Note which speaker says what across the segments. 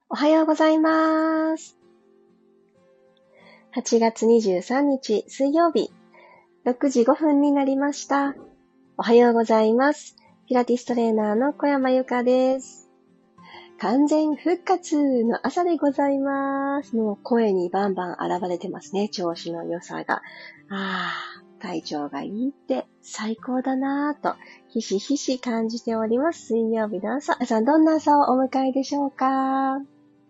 Speaker 1: おはようございます。8月23日水曜日、6時5分になりました。おはようございます。ピラティストレーナーの小山由かです。完全復活の朝でございます。もう声にバンバン現れてますね、調子の良さが。体調がいいって最高だなぁと、ひしひし感じております。水曜日の朝。皆さんどんな朝をお迎えでしょうか？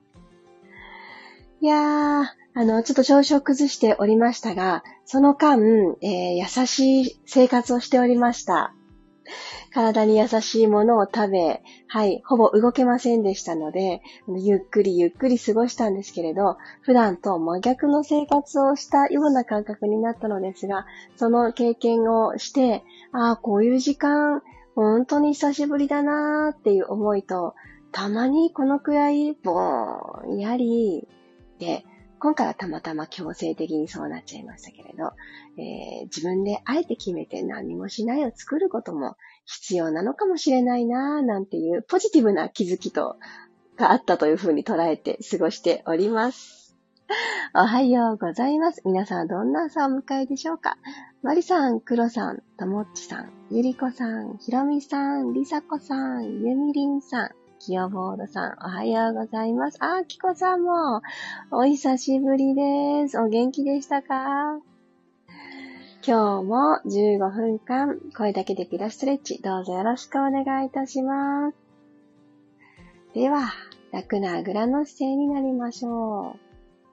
Speaker 1: いやー、ちょっと調子を崩しておりましたが、その間、優しい生活をしておりました。体に優しいものを食べ、ほぼ動けませんでしたので、ゆっくりゆっくり過ごしたんですけれど、普段と真逆の生活をしたような感覚になったのですが、その経験をして、こういう時間、本当に久しぶりだなーっていう思いと、たまにこのくらいぼーんやり、で、今回はたまたま強制的にそうなっちゃいましたけれど、自分であえて決めて何もしないを作ることも必要なのかもしれないなぁなんていうポジティブな気づきがあったというふうに捉えて過ごしております。おはようございます。皆さんどんな朝をお迎えでしょうか？マリさん、クロさん、ともっちさん、ゆりこさん、ひろみさん、りさこさん、ゆみりんさん、きよボードさん、おはようございます。きこさんも、お久しぶりです。お元気でしたか？今日も15分間、声だけでピラストレッチ、どうぞよろしくお願いいたします。では、楽なあぐらの姿勢になりましょう。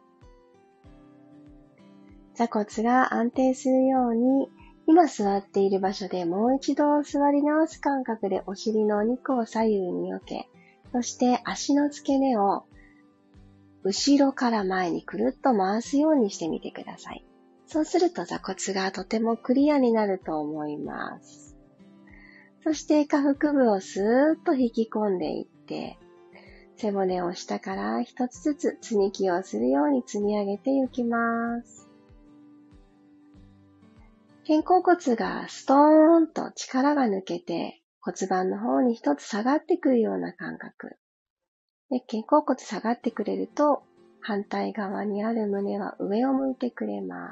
Speaker 1: 座骨が安定するように、今座っている場所でもう一度座り直す感覚でお尻のお肉を左右に避け、そして足の付け根を後ろから前にくるっと回すようにしてみてください。そうすると座骨がとてもクリアになると思います。そして下腹部をスーッと引き込んでいって、背骨を下から一つずつ積み木をするように積み上げていきます。肩甲骨がストーンと力が抜けて骨盤の方に一つ下がってくるような感覚。で、肩甲骨下がってくれると反対側にある胸は上を向いてくれます。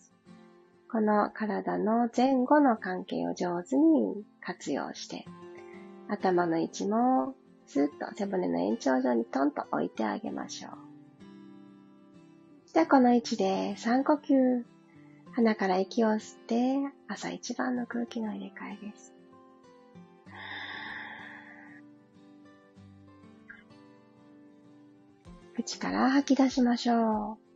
Speaker 1: この体の前後の関係を上手に活用して、頭の位置もスッと背骨の延長上にトンと置いてあげましょう。ではこの位置で3呼吸。鼻から息を吸って、朝一番の空気の入れ替えです。口から吐き出しましょう。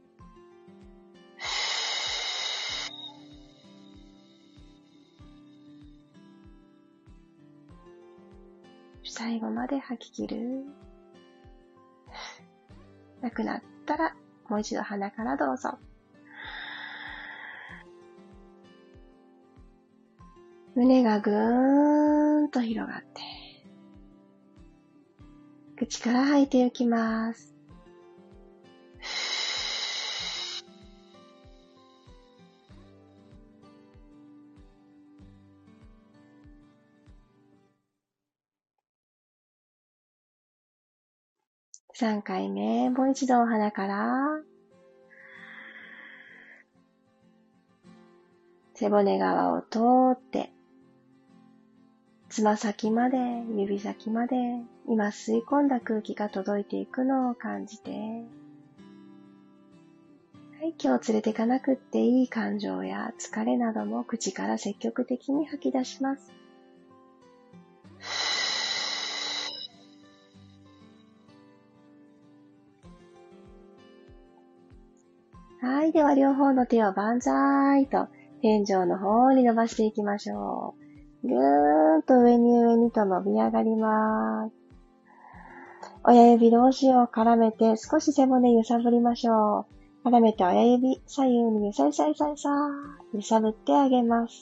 Speaker 1: 最後まで吐き切る。なくなったら、もう一度鼻からどうぞ。胸がぐーんと広がって、口から吐いていきます。3回目、もう一度お鼻から、背骨側を通って、つま先まで、指先まで、今吸い込んだ空気が届いていくのを感じて、今日連れていかなくっていい感情や疲れなども口から積極的に吐き出します。では両方の手を万歳と天井の方に伸ばしていきましょう。ぐーんと上に上にと伸び上がります。親指同士を絡めて少し背骨揺さぶりましょう。絡めて親指左右に揺さぶってあげます。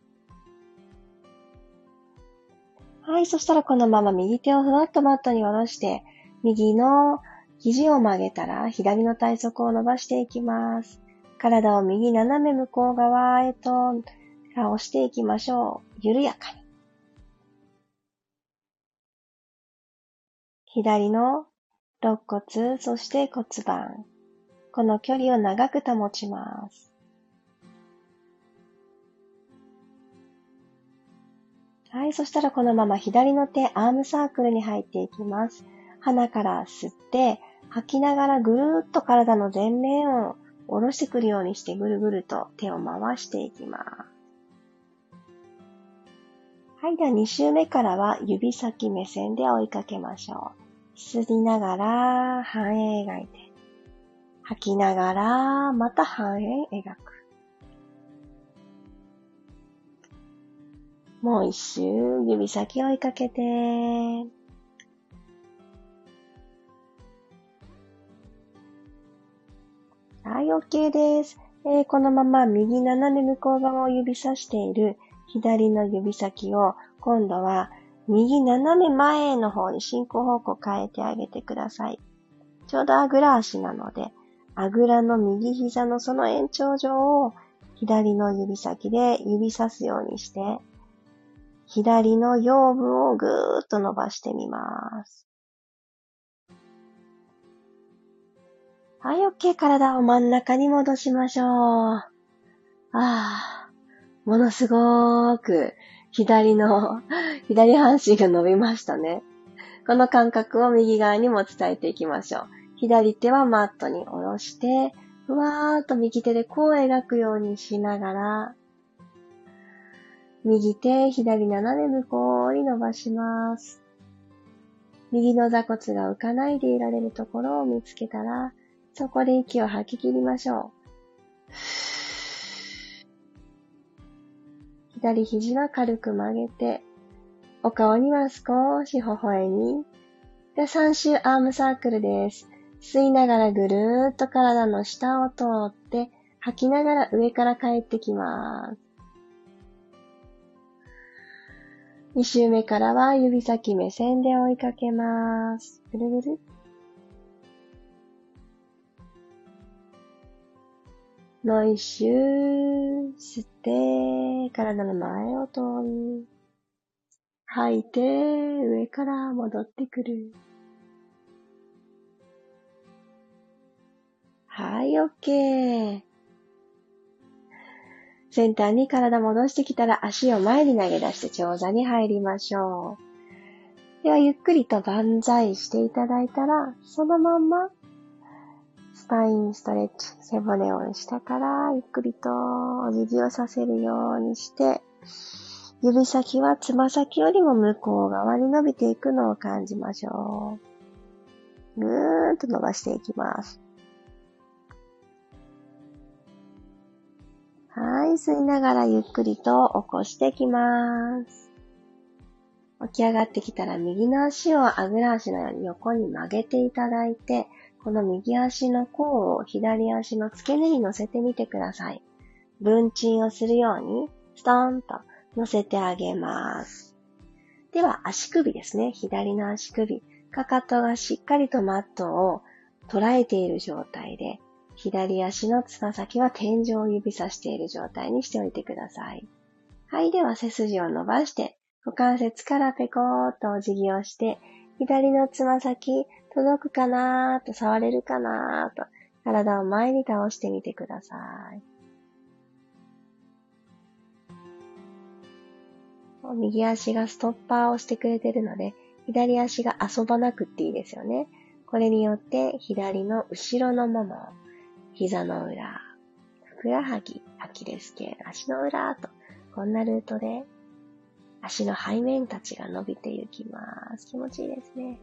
Speaker 1: そしたらこのまま右手をふわっとマットに下ろして、右の肘を曲げたら左の体側を伸ばしていきます。体を右斜め向こう側へと倒していきましょう。緩やかに。左の肋骨、そして骨盤。この距離を長く保ちます。はい、そしたらこのまま左の手、アームサークルに入っていきます。鼻から吸って、吐きながらぐるーっと体の前面を下ろしてくるようにしてぐるぐると手を回していきます。はい、では2周目からは指先目線で追いかけましょう。吸いながら半円描いて、吐きながらまた半円描く。もう一周指先追いかけて、はい、OK です。このまま右斜め向こう側を指さしている左の指先を今度は右斜め前の方に進行方向変えてあげてください。ちょうどあぐら足なので、あぐらの右膝のその延長上を左の指先で指さすようにして、左の腰部をぐーっと伸ばしてみます。はい、OK。体を真ん中に戻しましょう。ものすごーく左半身が伸びましたね。この感覚を右側にも伝えていきましょう。左手はマットに下ろして、ふわーっと右手でこう描くようにしながら、右手、左斜め向こうに伸ばします。右の座骨が浮かないでいられるところを見つけたら、そこで息を吐き切りましょう。左肘は軽く曲げて、お顔には少し微笑み。で、3周アームサークルです。吸いながらぐるーっと体の下を通って、吐きながら上から帰ってきます。2周目からは指先目線で追いかけます。ぐるぐる。もう1周吸って、体の前を通り、吐いて、上から戻ってくる。はい、OK。センターに体戻してきたら足を前に投げ出して長座に入りましょう。ではゆっくりと万歳していただいたら、そのまんまスパインストレッチ、背骨を下からゆっくりとお辞儀をさせるようにして、指先はつま先よりも向こう側に伸びていくのを感じましょう。ぐーんと伸ばしていきます。はい、吸いながらゆっくりと起こしていきます。起き上がってきたら右の足をあぐら足のように横に曲げていただいて、この右足の甲を左足の付け根に乗せてみてください。分鎮をするようにストーンと乗せてあげます。では足首ですね。左の足首。かかとがしっかりとマットを捉えている状態で、左足のつま先は天井を指さしている状態にしておいてください。はい、では背筋を伸ばして、股関節からペコーっとお辞儀をして、左のつま先届くかなーと触れるかなーと体を前に倒してみてください。右足がストッパーをしてくれているので、左足が遊ばなくっていいですよね。これによって左の後ろのもも、膝の裏、ふくらはぎ、アキレス腱、足の裏と、こんなルートで足の背面たちが伸びていきます。気持ちいいですね。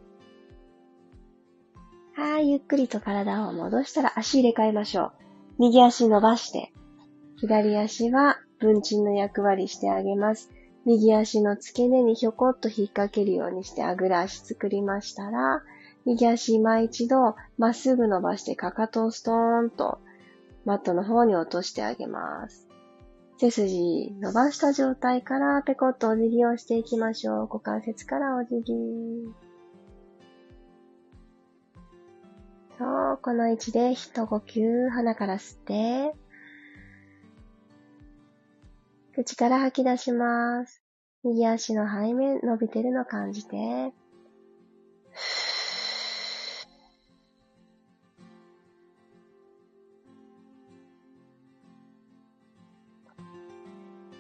Speaker 1: はい、ゆっくりと体を戻したら足入れ替えましょう。右足伸ばして、左足は分鎮の役割してあげます。右足の付け根にひょこっと引っ掛けるようにしてあぐら足作りましたら、右足今一度まっすぐ伸ばしてかかとをストーンとマットの方に落としてあげます。背筋伸ばした状態からペコッとお辞儀をしていきましょう。股関節からお辞儀。そう、この位置で一呼吸、鼻から吸って、口から吐き出します。右足の背面伸びてるの感じて。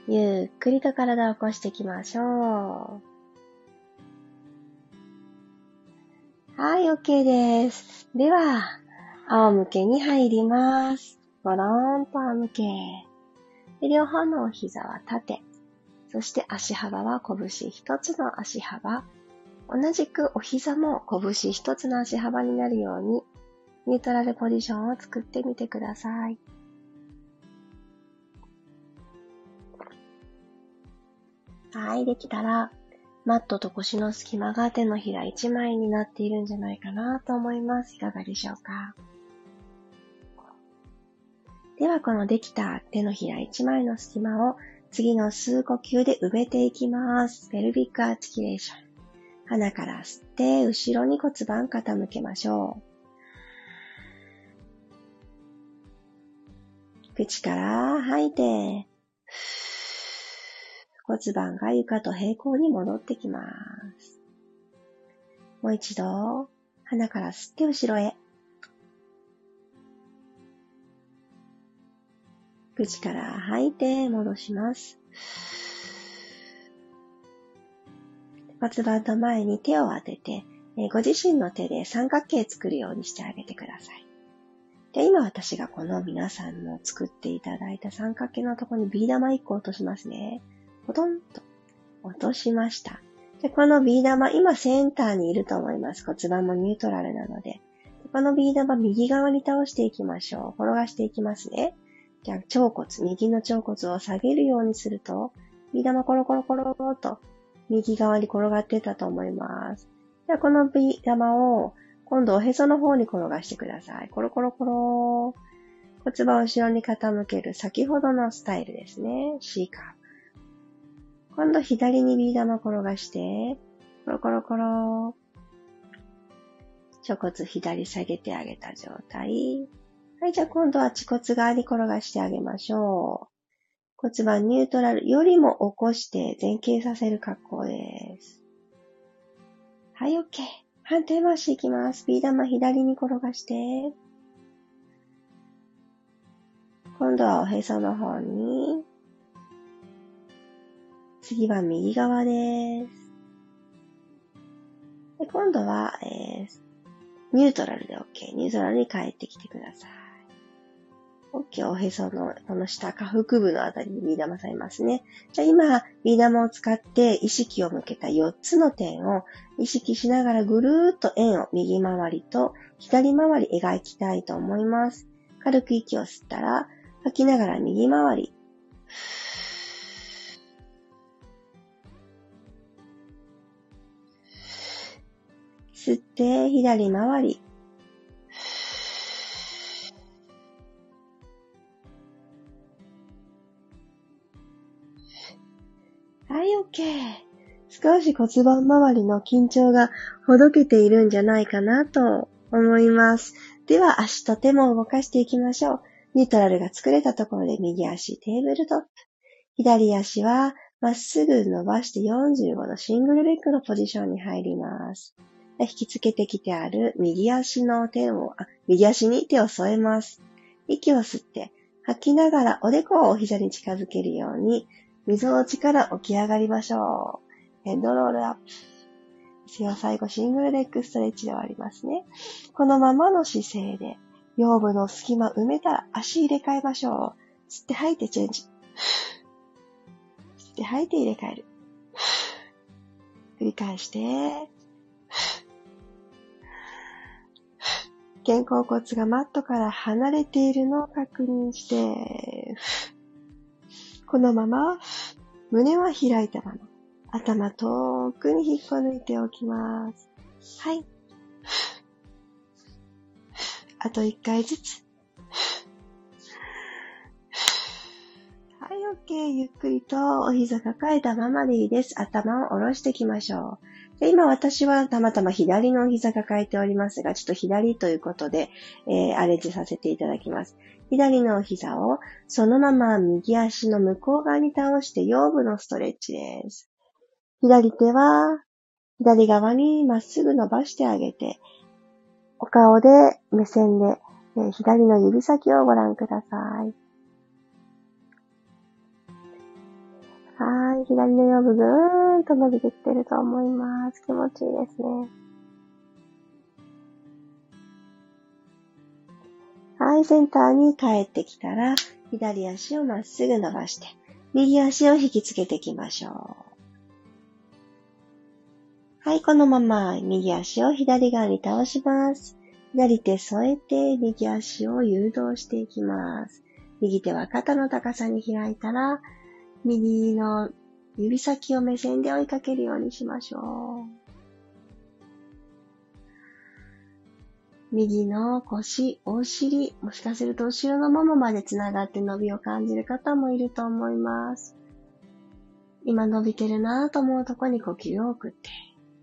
Speaker 1: ゆっくりと体を起こしていきましょう。はい、OK です。では、仰向けに入ります。ゴロンと仰向け。で、両方のお膝は縦。そして足幅は拳一つの足幅。同じくお膝も拳一つの足幅になるように、ニュートラルポジションを作ってみてください。はい、できたら、マットと腰の隙間が手のひら一枚になっているんじゃないかなと思います。いかがでしょうか。では、このできた手のひら一枚の隙間を次の数呼吸で埋めていきます。ペルビックアーティキュレーション。鼻から吸って、後ろに骨盤傾けましょう。口から吐いて、骨盤が床と平行に戻ってきます。もう一度、鼻から吸って後ろへ。口から吐いて戻します。骨盤の前に手を当てて、ご自身の手で三角形作るようにしてあげてください。で、今私がこの皆さんの作っていただいた三角形のところにビー玉1個落としますね。ポトンと落としました。で、このビー玉、今センターにいると思います。骨盤もニュートラルなので。このビー玉右側に倒していきましょう。転がしていきますね。じゃあ、腸骨、右の腸骨を下げるようにすると、ビー玉コロコロコロと右側に転がっていったと思います。じゃあ、このビー玉を今度おへその方に転がしてください。コロコロコロ。骨盤を後ろに傾ける先ほどのスタイルですね。C カーブ。今度左にビー玉転がして、コロコロコロ。腸骨左下げてあげた状態。はい、じゃあ今度は恥骨側に転がしてあげましょう。骨盤ニュートラルよりも起こして前傾させる格好です。はい、OK。反対回していきます。ビー玉左に転がして。今度はおへその方に。次は右側です。で今度は、ニュートラルで OK。ニュートラルに帰ってきてください。OK。おへそのこの下、下腹部のあたりにビー玉されますね。じゃあ今、ビー玉を使って意識を向けた4つの点を意識しながらぐるーっと円を右回りと左回り描きたいと思います。軽く息を吸ったら、吐きながら右回り。吸って左回り。はい、OK。少し骨盤周りの緊張がほどけているんじゃないかなと思います。では足と手も動かしていきましょう。ニュートラルが作れたところで右足テーブルトップ。左足はまっすぐ伸ばして45度シングルレッグのポジションに入ります。引きつけてきてある右足に手を添えます。息を吸って吐きながらおでこをお膝に近づけるようにみぞおちから起き上がりましょう。ヘッドロールアップ。では最後シングルレッグストレッチで終わりますね。このままの姿勢で腰部の隙間埋めたら足入れ替えましょう。吸って吐いてチェンジ。吸って吐いて入れ替える。繰り返して。肩甲骨がマットから離れているのを確認して、このまま胸は開いたまま、頭遠くに引っこ抜いておきます。はい。あと1回ずつ。はい、OK。ゆっくりとお膝抱えたままでいいです。頭を下ろしていきましょう。で今私はたまたま左のお膝抱えておりますが、ちょっと左ということで、アレンジさせていただきます。左のお膝をそのまま右足の向こう側に倒して腰部のストレッチです。左手は左側にまっすぐ伸ばしてあげて、お顔で目線で、左の指先をご覧ください。 左の腰部ぐーんと伸びてきてると思います。気持ちいいですね。はい、センターに帰ってきたら、左足をまっすぐ伸ばして、右足を引きつけていきましょう。はい、このまま右足を左側に倒します。左手添えて右足を誘導していきます。右手は肩の高さに開いたら、右の指先を目線で追いかけるようにしましょう。右の腰、お尻、もしかすると後ろのももまでつながって伸びを感じる方もいると思います。今伸びてるなぁと思うとこに呼吸を送って。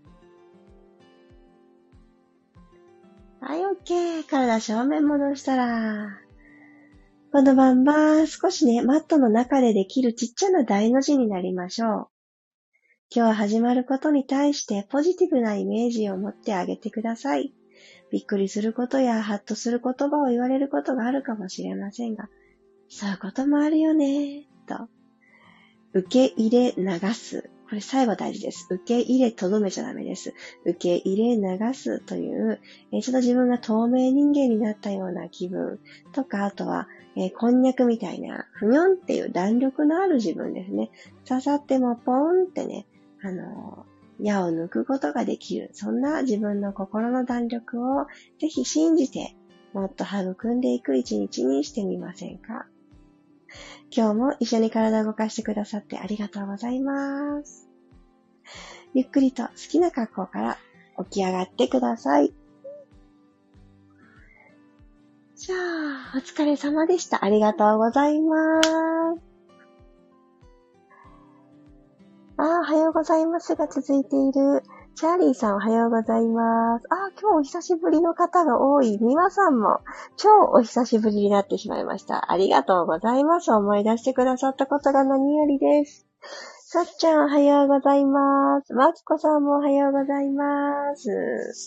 Speaker 1: はい、OK。体正面戻したら、このまんま少しね、マットの中でできるちっちゃな大の字になりましょう。今日始まることに対してポジティブなイメージを持ってあげてください。びっくりすることやハッとする言葉を言われることがあるかもしれませんが、そういうこともあるよね、と。受け入れ流す。これ最後大事です。受け入れとどめちゃダメです。受け入れ流すという、ちょっと自分が透明人間になったような気分とか、あとは、こんにゃくみたいな、ふにょんっていう弾力のある自分ですね。刺さってもポンってね、矢を抜くことができる。そんな自分の心の弾力をぜひ信じて、もっと育んでいく一日にしてみませんか？今日も一緒に体を動かしてくださってありがとうございます。ゆっくりと好きな格好から起き上がってください。じゃあ、お疲れ様でした。ありがとうございます。おはようございますが続いている。チャーリーさんおはようございます。今日お久しぶりの方が多い。ミワさんも超お久しぶりになってしまいました。ありがとうございます。思い出してくださったことが何よりです。さっちゃんおはようございます。マツコさんもおはようございます。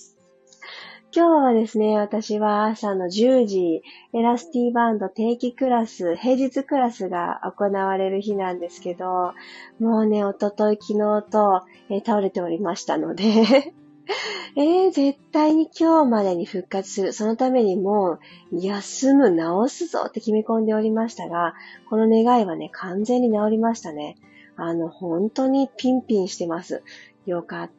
Speaker 1: 今日はですね、私は朝の10時、エラスティバンド定期クラス、平日クラスが行われる日なんですけど、もうね、おととい昨日と、倒れておりましたので、絶対に今日までに復活する。そのためにもう、休む、治すぞって決め込んでおりましたが、この願いはね、完全に治りましたね。本当にピンピンしてます。よかった。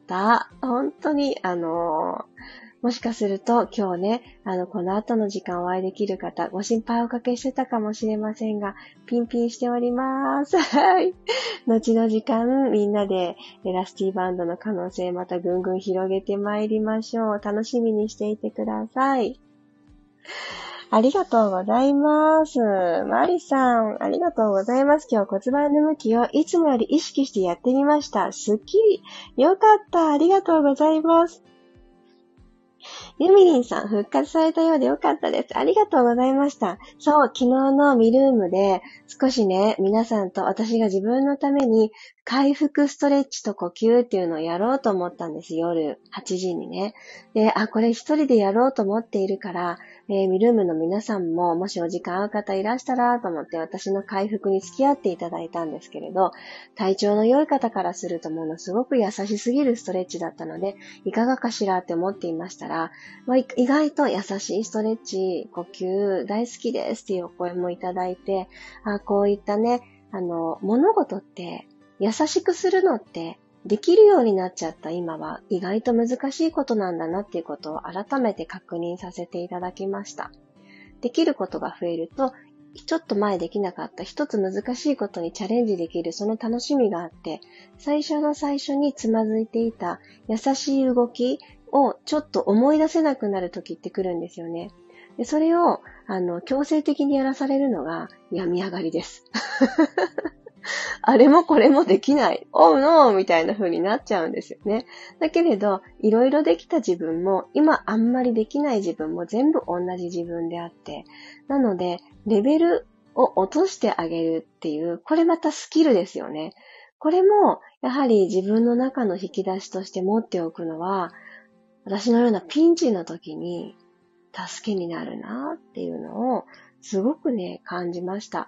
Speaker 1: 本当に、もしかすると今日ね、この後の時間お会いできる方、ご心配おかけしてたかもしれませんが、ピンピンしております。はい。後の時間、みんなでラスティバンドの可能性またぐんぐん広げてまいりましょう。楽しみにしていてください。ありがとうございます。マリさん、ありがとうございます。今日骨盤の向きをいつもより意識してやってみました。すっきり。よかった。ありがとうございます。ユミリンさん、復活されたようでよかったです。ありがとうございました。そう、昨日のミルームで少しね、皆さんと私が自分のために回復ストレッチと呼吸っていうのをやろうと思ったんです。夜8時にね。で、これ一人でやろうと思っているから、ミルームの皆さんももしお時間合う方いらしたらと思って私の回復に付き合っていただいたんですけれど、体調の良い方からするとものすごく優しすぎるストレッチだったので、いかがかしらって思っていましたら、意外と優しいストレッチ、呼吸大好きですっていうお声もいただいて、こういったね、物事って優しくするのってできるようになっちゃった今は意外と難しいことなんだなっていうことを改めて確認させていただきました。できることが増えると、ちょっと前できなかった一つ難しいことにチャレンジできるその楽しみがあって、最初の最初につまずいていた優しい動きをちょっと思い出せなくなる時って来るんですよね。でそれを強制的にやらされるのが病み上がりです。あれもこれもできない。おうのみたいな風になっちゃうんですよね。だけれど、いろいろできた自分も、今あんまりできない自分も全部同じ自分であって、なので、レベルを落としてあげるっていう、これまたスキルですよね。これも、やはり自分の中の引き出しとして持っておくのは、私のようなピンチの時に助けになるなっていうのをすごくね、感じました。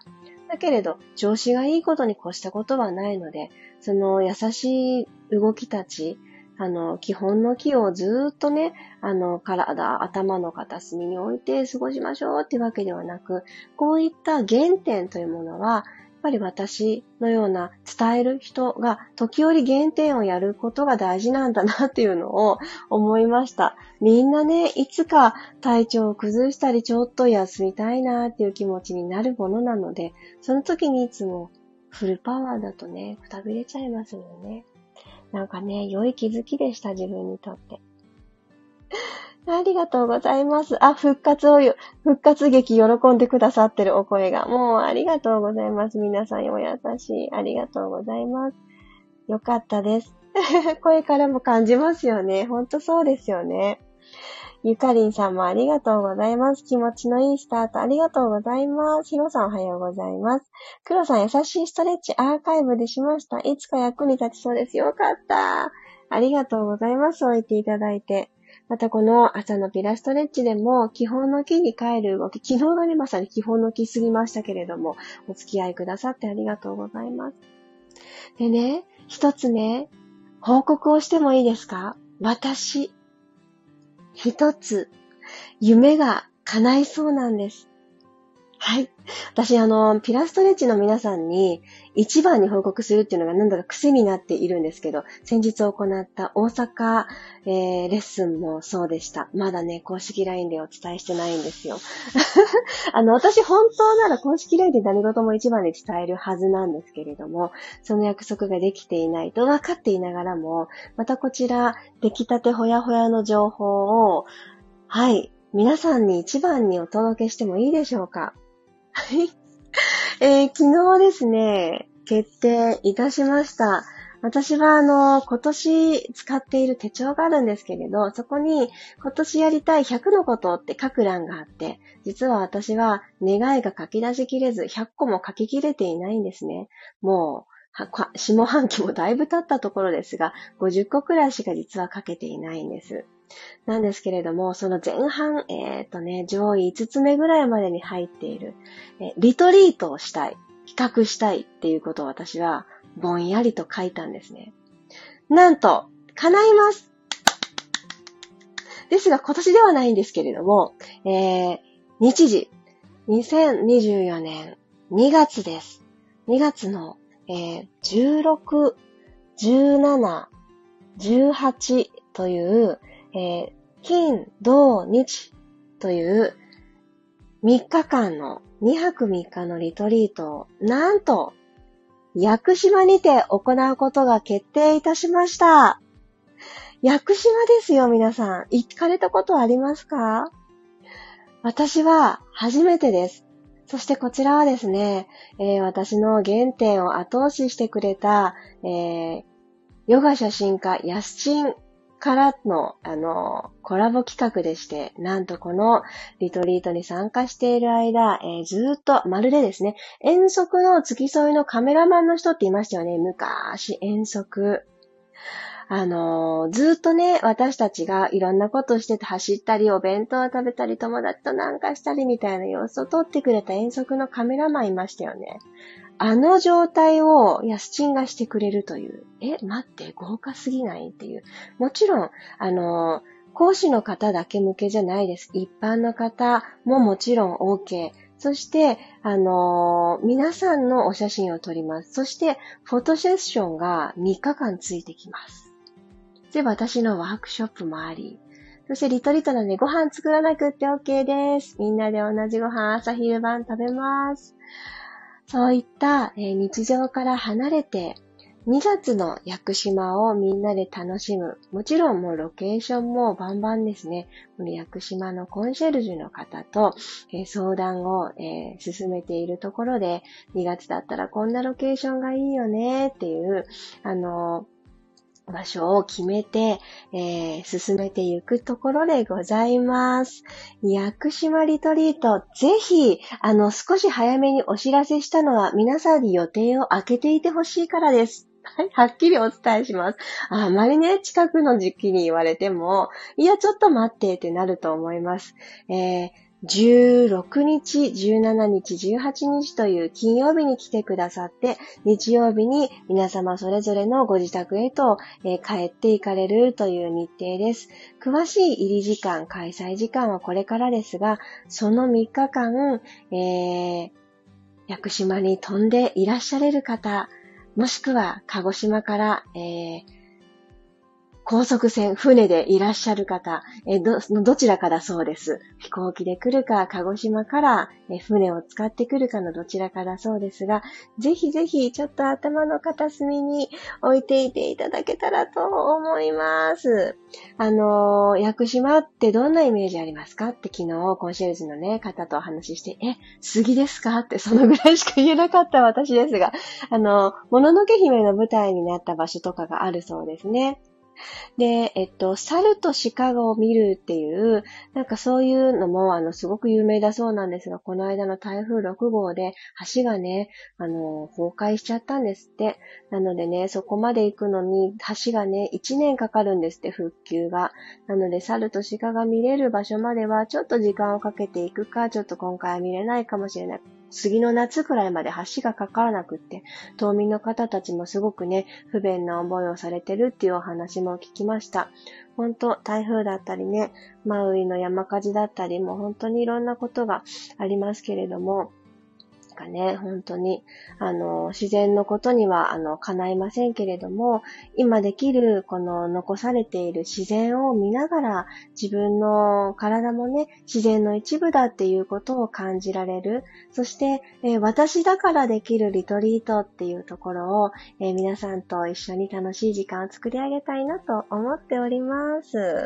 Speaker 1: だけれど、調子がいいことに越したことはないので、その優しい動きたち、基本の気をずっとね、頭の片隅に置いて過ごしましょうってわけではなく、こういった原点というものは、やっぱり私のような伝える人が時折原点をやることが大事なんだなっていうのを思いました。みんなね、いつか体調を崩したりちょっと休みたいなっていう気持ちになるものなので、その時にいつもフルパワーだとね、くたびれちゃいますよね。なんかね、良い気づきでした、自分にとって。ありがとうございます。復活劇喜んでくださってるお声が。もうありがとうございます。皆さんお優しい。ありがとうございます。よかったです。声からも感じますよね。ほんとそうですよね。ゆかりんさんもありがとうございます。気持ちのいいスタートありがとうございます。ひろさんおはようございます。くろさん優しいストレッチアーカイブでしました。いつか役に立ちそうです。よかった。ありがとうございます。そう言っていただいて。またこの朝のピラストレッチでも基本の気に帰る動き、昨日がねまさに基本の気過ぎましたけれども、お付き合いくださってありがとうございます。でね、一つね、報告をしてもいいですか？私、一つ、夢が叶いそうなんです。はい。私、ピラストレッチの皆さんに一番に報告するっていうのがなんだか癖になっているんですけど、先日行った大阪、レッスンもそうでした。まだね、公式 LINE でお伝えしてないんですよ。私本当なら公式 LINE で何事も一番に伝えるはずなんですけれども、その約束ができていないと分かっていながらも、またこちら、出来たてほやほやの情報を、はい、皆さんに一番にお届けしてもいいでしょうか？はい。昨日ですね、決定いたしました。私は今年使っている手帳があるんですけれど、そこに今年やりたい100のことって書く欄があって、実は私は願いが書き出しきれず100個も書ききれていないんですね。もう、下半期もだいぶ経ったところですが、50個くらいしか実は書けていないんです。なんですけれども、その前半、上位5つ目ぐらいまでに入っている、リトリートをしたい、企画したいっていうことを私はぼんやりと書いたんですね。なんと、叶います。ですが今年ではないんですけれども、日時、2024年2月です。2月の、16、17、18という、金、土、日という3日間の2泊3日のリトリートをなんと屋久島にて行うことが決定いたしました。屋久島ですよ、皆さん。行かれたことありますか？私は初めてです。そしてこちらはですね、私の原点を後押ししてくれた、ヨガ写真家ヤスチンからの、コラボ企画でして、なんとこのリトリートに参加している間、ずっと、まるでですね、遠足の付き添いのカメラマンの人って言いましたよね。昔、遠足。ずっとね、私たちがいろんなことしてて走ったり、お弁当を食べたり、友達となんかしたりみたいな様子を撮ってくれた遠足のカメラマンいましたよね。あの状態をヤスチンがしてくれるという。待って、豪華すぎないっていう。もちろん、講師の方だけ向けじゃないです。一般の方ももちろん OK。そして、皆さんのお写真を撮ります。そして、フォトセッションが3日間ついてきます。で、私のワークショップもあり。そして、リトリートなのでご飯作らなくって OK です。みんなで同じご飯朝昼晩食べます。そういった、日常から離れて、2月の屋久島をみんなで楽しむ。もちろんもうロケーションもバンバンですね。この屋久島のコンシェルジュの方と、相談を、進めているところで、2月だったらこんなロケーションがいいよねっていう、場所を決めて、進めていくところでございます。屋久島リトリート、ぜひ、少し早めにお知らせしたのは皆さんに予定を空けていてほしいからです。 はい、はっきりお伝えします。あまりね、近くの時期に言われても、いや、ちょっと待ってってなると思います。16日、17日、18日という金曜日に来てくださって、日曜日に皆様それぞれのご自宅へと、帰っていかれるという日程です。詳しい入り時間、開催時間はこれからですが、その3日間、屋久島に飛んでいらっしゃれる方、もしくは鹿児島から、高速船、船でいらっしゃる方、どちらかだそうです。飛行機で来るか、鹿児島から船を使ってくるかのどちらかだそうですが、ぜひぜひちょっと頭の片隅に置いていていただけたらと思います。屋久島ってどんなイメージありますかって昨日コンシェルジュのね、方とお話しして、杉ですかってそのぐらいしか言えなかった私ですが、もののけ姫の舞台になった場所とかがあるそうですね。で、猿と鹿を見るっていう、なんかそういうのも、すごく有名だそうなんですが、この間の台風6号で橋がね、崩壊しちゃったんですって。なのでね、そこまで行くのに、橋がね、1年かかるんですって、復旧が。なので、猿と鹿が見れる場所までは、ちょっと時間をかけていくか、ちょっと今回は見れないかもしれない。次の夏くらいまで橋がかからなくって、島民の方たちもすごくね、不便な思いをされてるっていうお話も聞きました。本当台風だったりね、マウイの山火事だったり、もう本当にいろんなことがありますけれども、本当に、自然のことには、叶いませんけれども、今できる、この残されている自然を見ながら、自分の体もね、自然の一部だっていうことを感じられる。そして、私だからできるリトリートっていうところを、皆さんと一緒に楽しい時間を作り上げたいなと思っております。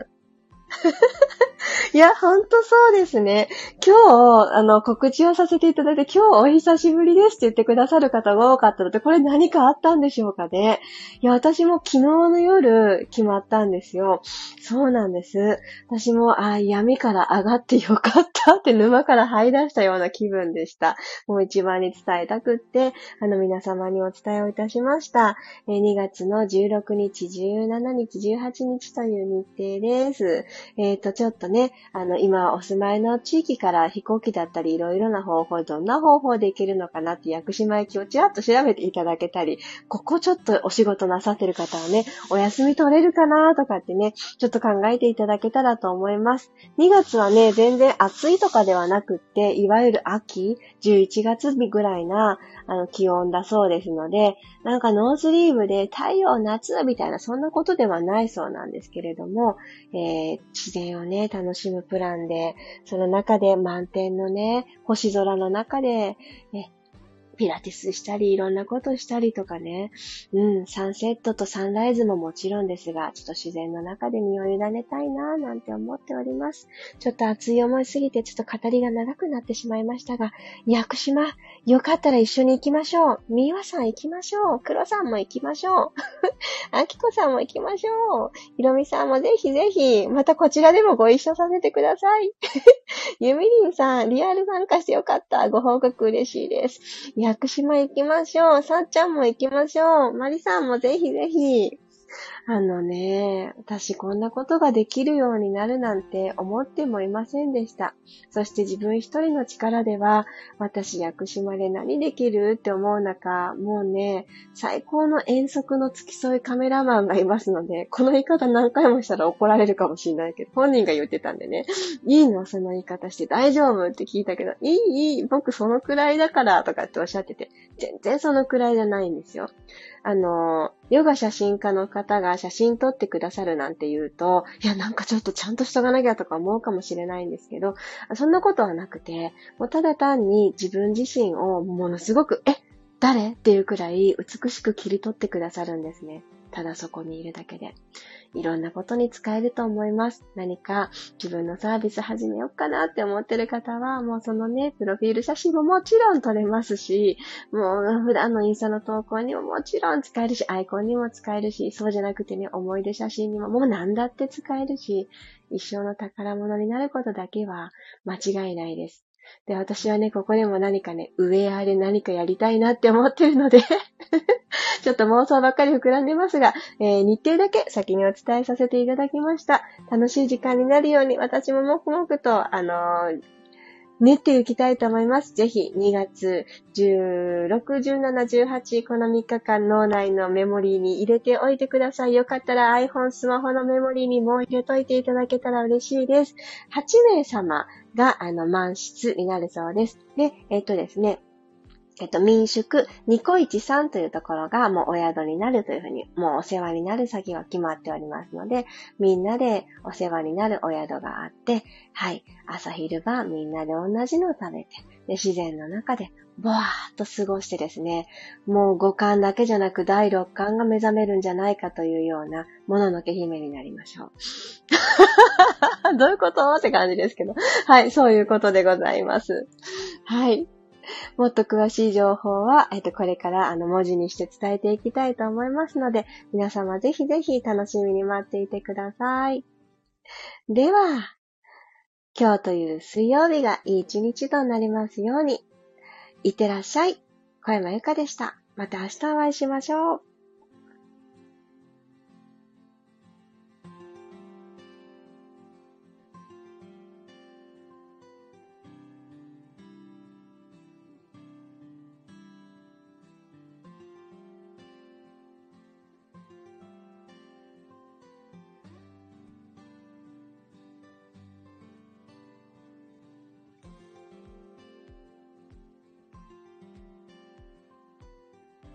Speaker 1: いや、ほんとそうですね。今日、告知をさせていただいて、今日お久しぶりですって言ってくださる方が多かったので、これ何かあったんでしょうかね。いや、私も昨日の夜決まったんですよ。そうなんです。私も、闇から上がってよかったって沼から這い出したような気分でした。もう一番に伝えたくって、皆様にお伝えをいたしました。2月の16日、17日、18日という日程です。ちょっとね、今お住まいの地域から飛行機だったりいろいろな方法、どんな方法で行けるのかなって屋久島行きをちらっと調べていただけたり、ここちょっとお仕事なさってる方はね、お休み取れるかなとかってね、ちょっと考えていただけたらと思います。2月はね、全然暑いとかではなくって、いわゆる秋、11月日ぐらいな気温だそうですので、なんかノースリーブで太陽夏みたいなそんなことではないそうなんですけれども、自然をね、楽しむプランで、その中で満天のね、星空の中で、ピラティスしたり、いろんなことしたりとかね。サンセットとサンライズももちろんですが、ちょっと自然の中で身を委ねたいなぁなんて思っております。ちょっと熱い思いすぎて、ちょっと語りが長くなってしまいましたが、屋久島、よかったら一緒に行きましょう。みわさん行きましょう。黒さんも行きましょう。あきこさんも行きましょう。ひろみさんもぜひぜひ、またこちらでもご一緒させてください。ゆみりんさん、リアル参加してよかった。ご報告嬉しいです。屋久島行きましょう。さっちゃんも行きましょう。まりさんもぜひぜひ。私こんなことができるようになるなんて思ってもいませんでした。そして自分一人の力では、私屋久島で何できるって思う中、もうね、最高の遠足の付き添いカメラマンがいますので、この言い方何回もしたら怒られるかもしれないけど、本人が言ってたんでね、いいのその言い方して大丈夫って聞いたけど、いい、僕そのくらいだからとかっておっしゃってて、全然そのくらいじゃないんですよ。ヨガ写真家の方が写真撮ってくださるなんて言うと、いや、なんかちょっとちゃんとしとかなきゃとか思うかもしれないんですけど、そんなことはなくて、もうただ単に自分自身をものすごく、誰っていうくらい美しく切り取ってくださるんですね。ただそこにいるだけで。いろんなことに使えると思います。何か自分のサービス始めようかなって思ってる方は、もうそのね、プロフィール写真ももちろん撮れますし、もう普段のインスタの投稿にももちろん使えるし、アイコンにも使えるし、そうじゃなくてね、思い出写真にももう何だって使えるし、一生の宝物になることだけは間違いないです。 で、私はね、ここでも何かね、ウェアで何かやりたいなって思ってるので、ちょっと妄想ばっかり膨らんでますが、日程だけ先にお伝えさせていただきました。楽しい時間になるように、私ももくもくと、練っていきたいと思います。ぜひ、2月16、17、18、この3日間脳内のメモリーに入れておいてください。よかったら iPhone、スマホのメモリーにもう入れといていただけたら嬉しいです。8名様が、満室になるそうです。で、ですね、民宿、ニコイチさんというところがもうお宿になるというふうに、もうお世話になる先が決まっておりますので、みんなでお世話になるお宿があって、はい、朝昼晩みんなで同じのを食べて、で、自然の中でぼわーっと過ごしてですね、もう五感だけじゃなく第六感が目覚めるんじゃないかというようなもののけ姫になりましょう。どういうことって感じですけど。はい、そういうことでございます。はい。もっと詳しい情報は、これから文字にして伝えていきたいと思いますので、皆様ぜひぜひ楽しみに待っていてください。では、今日という水曜日がいい一日となりますように。いってらっしゃい。小山由かでした。また明日お会いしましょう。